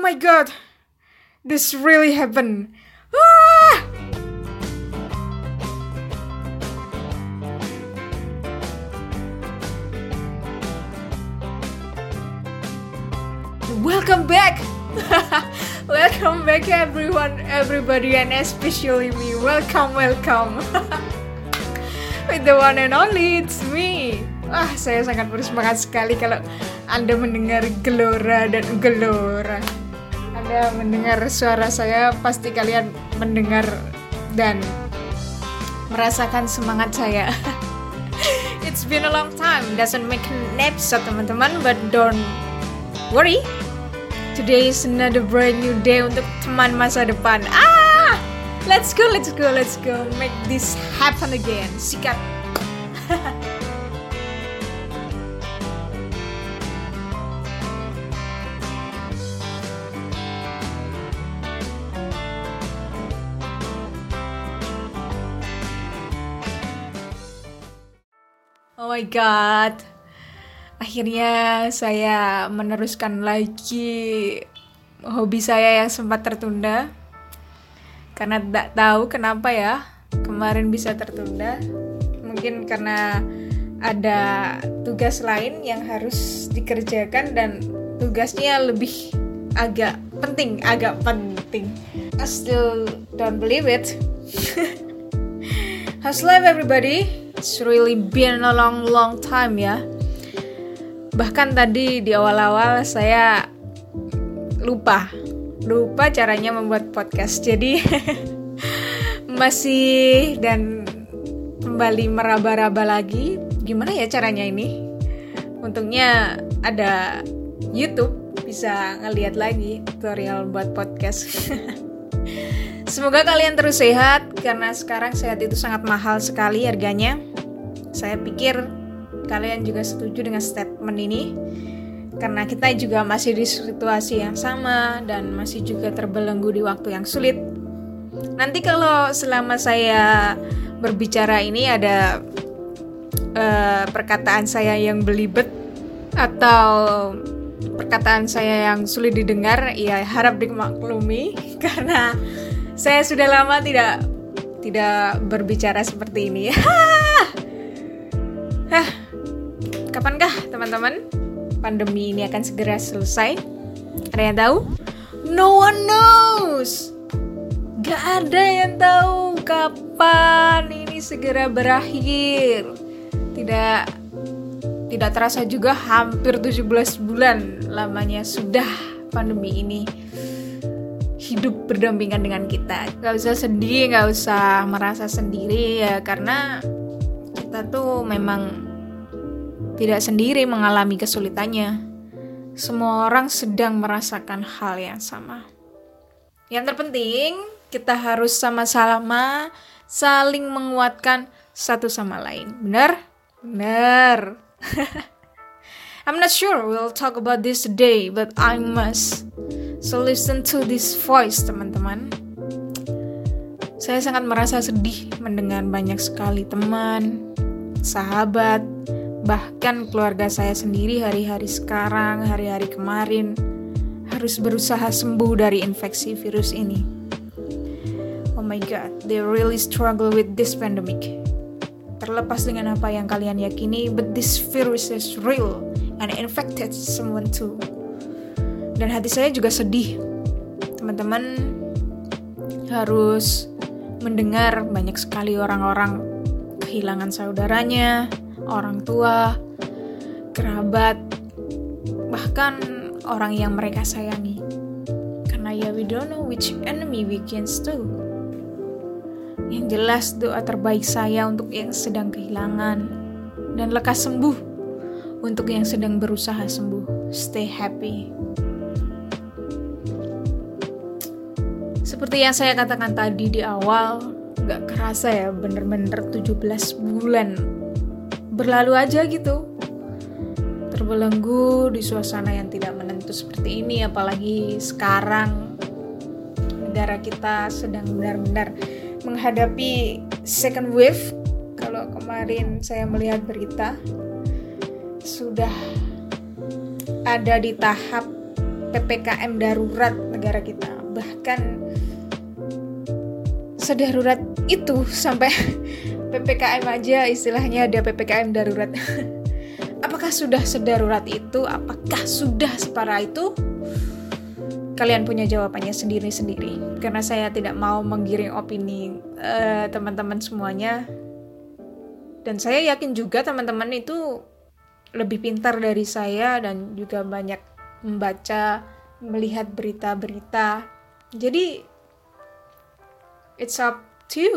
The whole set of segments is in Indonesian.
my god, this really happened. Ah! Welcome back. Welcome back everyone, everybody, and especially me. Welcome. With the one and only, it's me. Saya sangat bersemangat sekali kalau Anda mendengar gelora dan gelora. Anda mendengar suara saya, pasti kalian mendengar dan merasakan semangat saya. It's been a long time, doesn't make an episode teman-teman, but don't worry. Today is another brand new day untuk teman masa depan. Let's go. Make this happen again. Sikat. Oh my god. Akhirnya saya meneruskan lagi hobi saya yang sempat tertunda. Karena tidak tahu kenapa ya kemarin bisa tertunda. Mungkin karena ada tugas lain yang harus dikerjakan dan tugasnya lebih agak penting. I still don't believe it. How's life everybody? It's really been a long time ya. Bahkan tadi di awal-awal saya lupa caranya membuat podcast. Jadi masih dan kembali meraba-raba lagi gimana ya caranya ini. Untungnya ada YouTube, bisa ngeliat lagi tutorial buat podcast. Semoga kalian terus sehat, karena sekarang sehat itu sangat mahal sekali harganya. Saya pikir kalian juga setuju dengan statement ini, karena kita juga masih di situasi yang sama dan masih juga terbelenggu di waktu yang sulit. Nanti kalau selama saya berbicara ini ada perkataan saya yang belibet atau perkataan saya yang sulit didengar, ya harap dimaklumi karena saya sudah lama tidak berbicara seperti ini. Kapankah teman-teman pandemi ini akan segera selesai? Ada yang tahu? No one knows. Gak ada yang tahu kapan ini segera berakhir. Tidak terasa juga hampir 17 bulan lamanya sudah pandemi ini hidup berdampingan dengan kita. Gak usah sedih, gak usah merasa sendiri ya, karena kita tuh memang tidak sendiri mengalami kesulitannya. Semua orang sedang merasakan hal yang sama. Yang terpenting, kita harus sama-sama saling menguatkan satu sama lain. Benar? Benar. I'm not sure we'll talk about this today, but I must. So listen to this voice, teman-teman. Saya sangat merasa sedih mendengar banyak sekali teman, sahabat, bahkan keluarga saya sendiri hari-hari sekarang, hari-hari kemarin harus berusaha sembuh dari infeksi virus ini. Oh my god, they really struggle with this pandemic. Terlepas dengan apa yang kalian yakini, but this virus is real and infected someone too. Dan hati saya juga sedih. Teman-teman harus mendengar banyak sekali orang-orang kehilangan saudaranya, orang tua, kerabat, bahkan orang yang mereka sayangi. Karena ya we don't know which enemy begins to. Yang jelas doa terbaik saya untuk yang sedang kehilangan dan lekas sembuh. Untuk yang sedang berusaha sembuh, stay happy. Seperti yang saya katakan tadi di awal, gak kerasa ya bener-bener 17 bulan berlalu aja gitu. Terbelenggu di suasana yang tidak menentu seperti ini, apalagi sekarang negara kita sedang benar-benar menghadapi second wave. Kalau kemarin saya melihat berita, sudah ada di tahap PPKM darurat negara kita. Bahkan sedarurat itu sampai PPKM aja istilahnya ada PPKM darurat. Apakah sudah sedarurat itu? Apakah sudah separah itu? Kalian punya jawabannya sendiri-sendiri. Karena saya tidak mau menggiring opini teman-teman semuanya. Dan saya yakin juga teman-teman itu lebih pintar dari saya dan juga banyak membaca, melihat berita-berita. Jadi, it's up to you.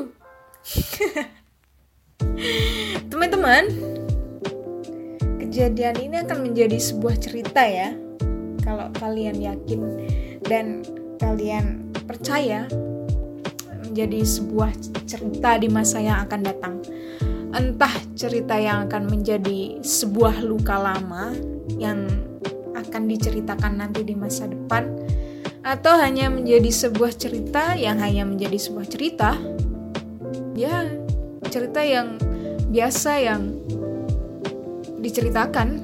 Teman-teman, kejadian ini akan menjadi sebuah cerita ya. Kalau kalian yakin dan kalian percaya, menjadi sebuah cerita di masa yang akan datang. Entah cerita yang akan menjadi sebuah luka lama yang akan diceritakan nanti di masa depan, atau hanya menjadi sebuah cerita yang hanya menjadi sebuah cerita. Ya, cerita yang biasa yang diceritakan.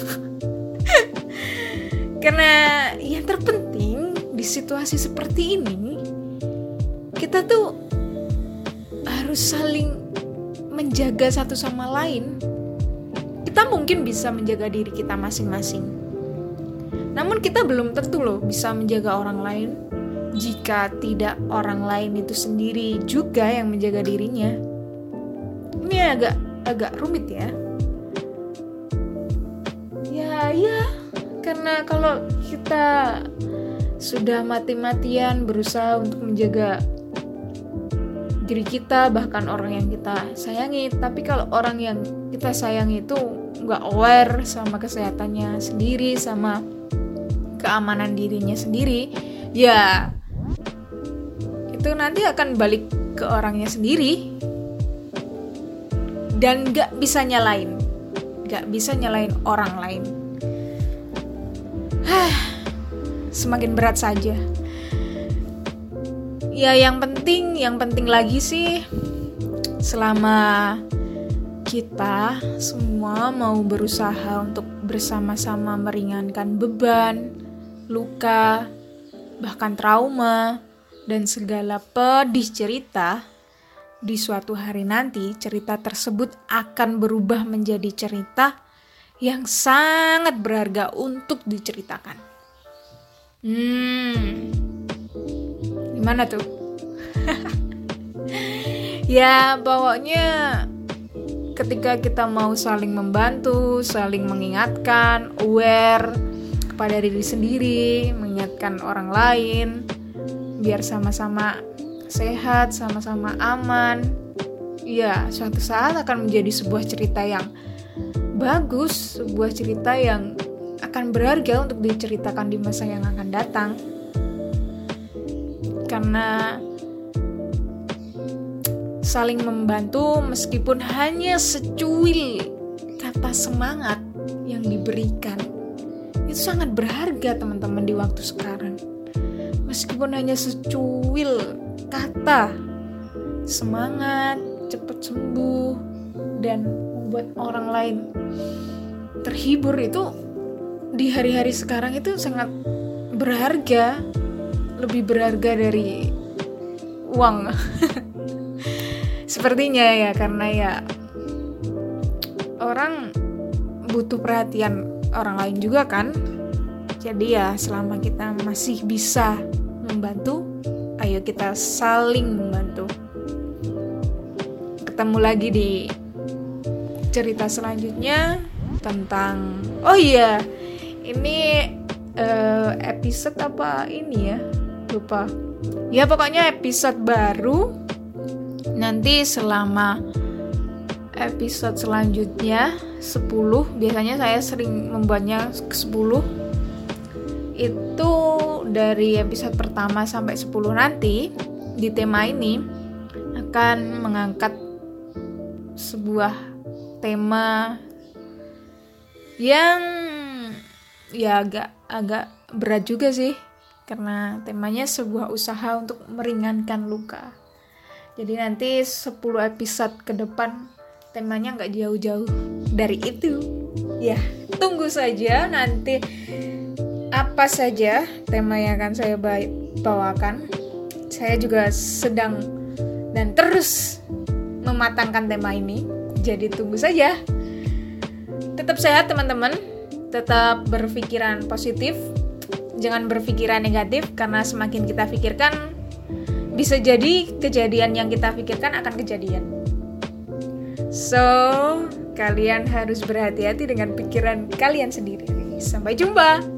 Karena yang terpenting di situasi seperti ini, kita tuh harus saling menjaga satu sama lain. Kita mungkin bisa menjaga diri kita masing-masing, namun kita belum tentu loh bisa menjaga orang lain jika tidak orang lain itu sendiri juga yang menjaga dirinya. Ini agak rumit ya. Ya, karena kalau kita sudah mati-matian berusaha untuk menjaga diri kita, bahkan orang yang kita sayangi, tapi kalau orang yang kita sayangi itu nggak aware sama kesehatannya sendiri, sama keamanan dirinya sendiri, ya itu nanti akan balik ke orangnya sendiri dan nggak bisa nyalain orang lain. Semakin berat saja. Ya, yang penting lagi sih, selama kita semua mau berusaha untuk bersama-sama meringankan beban, luka, bahkan trauma, dan segala pedih cerita, di suatu hari nanti cerita tersebut akan berubah menjadi cerita yang sangat berharga untuk diceritakan. Gimana tuh? Ya, pokoknya ketika kita mau saling membantu, saling mengingatkan, aware kepada diri sendiri, mengingatkan orang lain, biar sama-sama sehat, sama-sama aman, ya suatu saat akan menjadi sebuah cerita yang bagus, sebuah cerita yang akan berharga untuk diceritakan di masa yang akan datang. Karena saling membantu meskipun hanya secuil kata semangat yang diberikan, itu sangat berharga teman-teman di waktu sekarang. Meskipun hanya secuil kata semangat, cepat sembuh, dan membuat orang lain terhibur, itu di hari-hari sekarang itu sangat berharga. Lebih berharga dari uang. Sepertinya ya, karena ya orang butuh perhatian orang lain juga kan. Jadi ya selama kita masih bisa membantu, ayo kita saling membantu. Ketemu lagi di cerita selanjutnya tentang, oh iya, ini episode apa ini ya? Lupa. Ya pokoknya episode baru. Nanti selama episode selanjutnya 10, biasanya saya sering membuatnya ke 10. Itu dari episode pertama sampai 10 nanti di tema ini akan mengangkat sebuah tema yang ya agak berat juga sih. Karena temanya sebuah usaha untuk meringankan luka. Jadi nanti 10 episode ke depan temanya gak jauh-jauh dari itu. Ya, tunggu saja nanti apa saja tema yang akan saya bawakan. Saya juga sedang dan terus mematangkan tema ini. Jadi tunggu saja. Tetap sehat teman-teman. Tetap berpikiran positif. Jangan berpikiran negatif, karena semakin kita pikirkan, bisa jadi kejadian yang kita pikirkan akan kejadian. So, kalian harus berhati-hati dengan pikiran kalian sendiri. Sampai jumpa.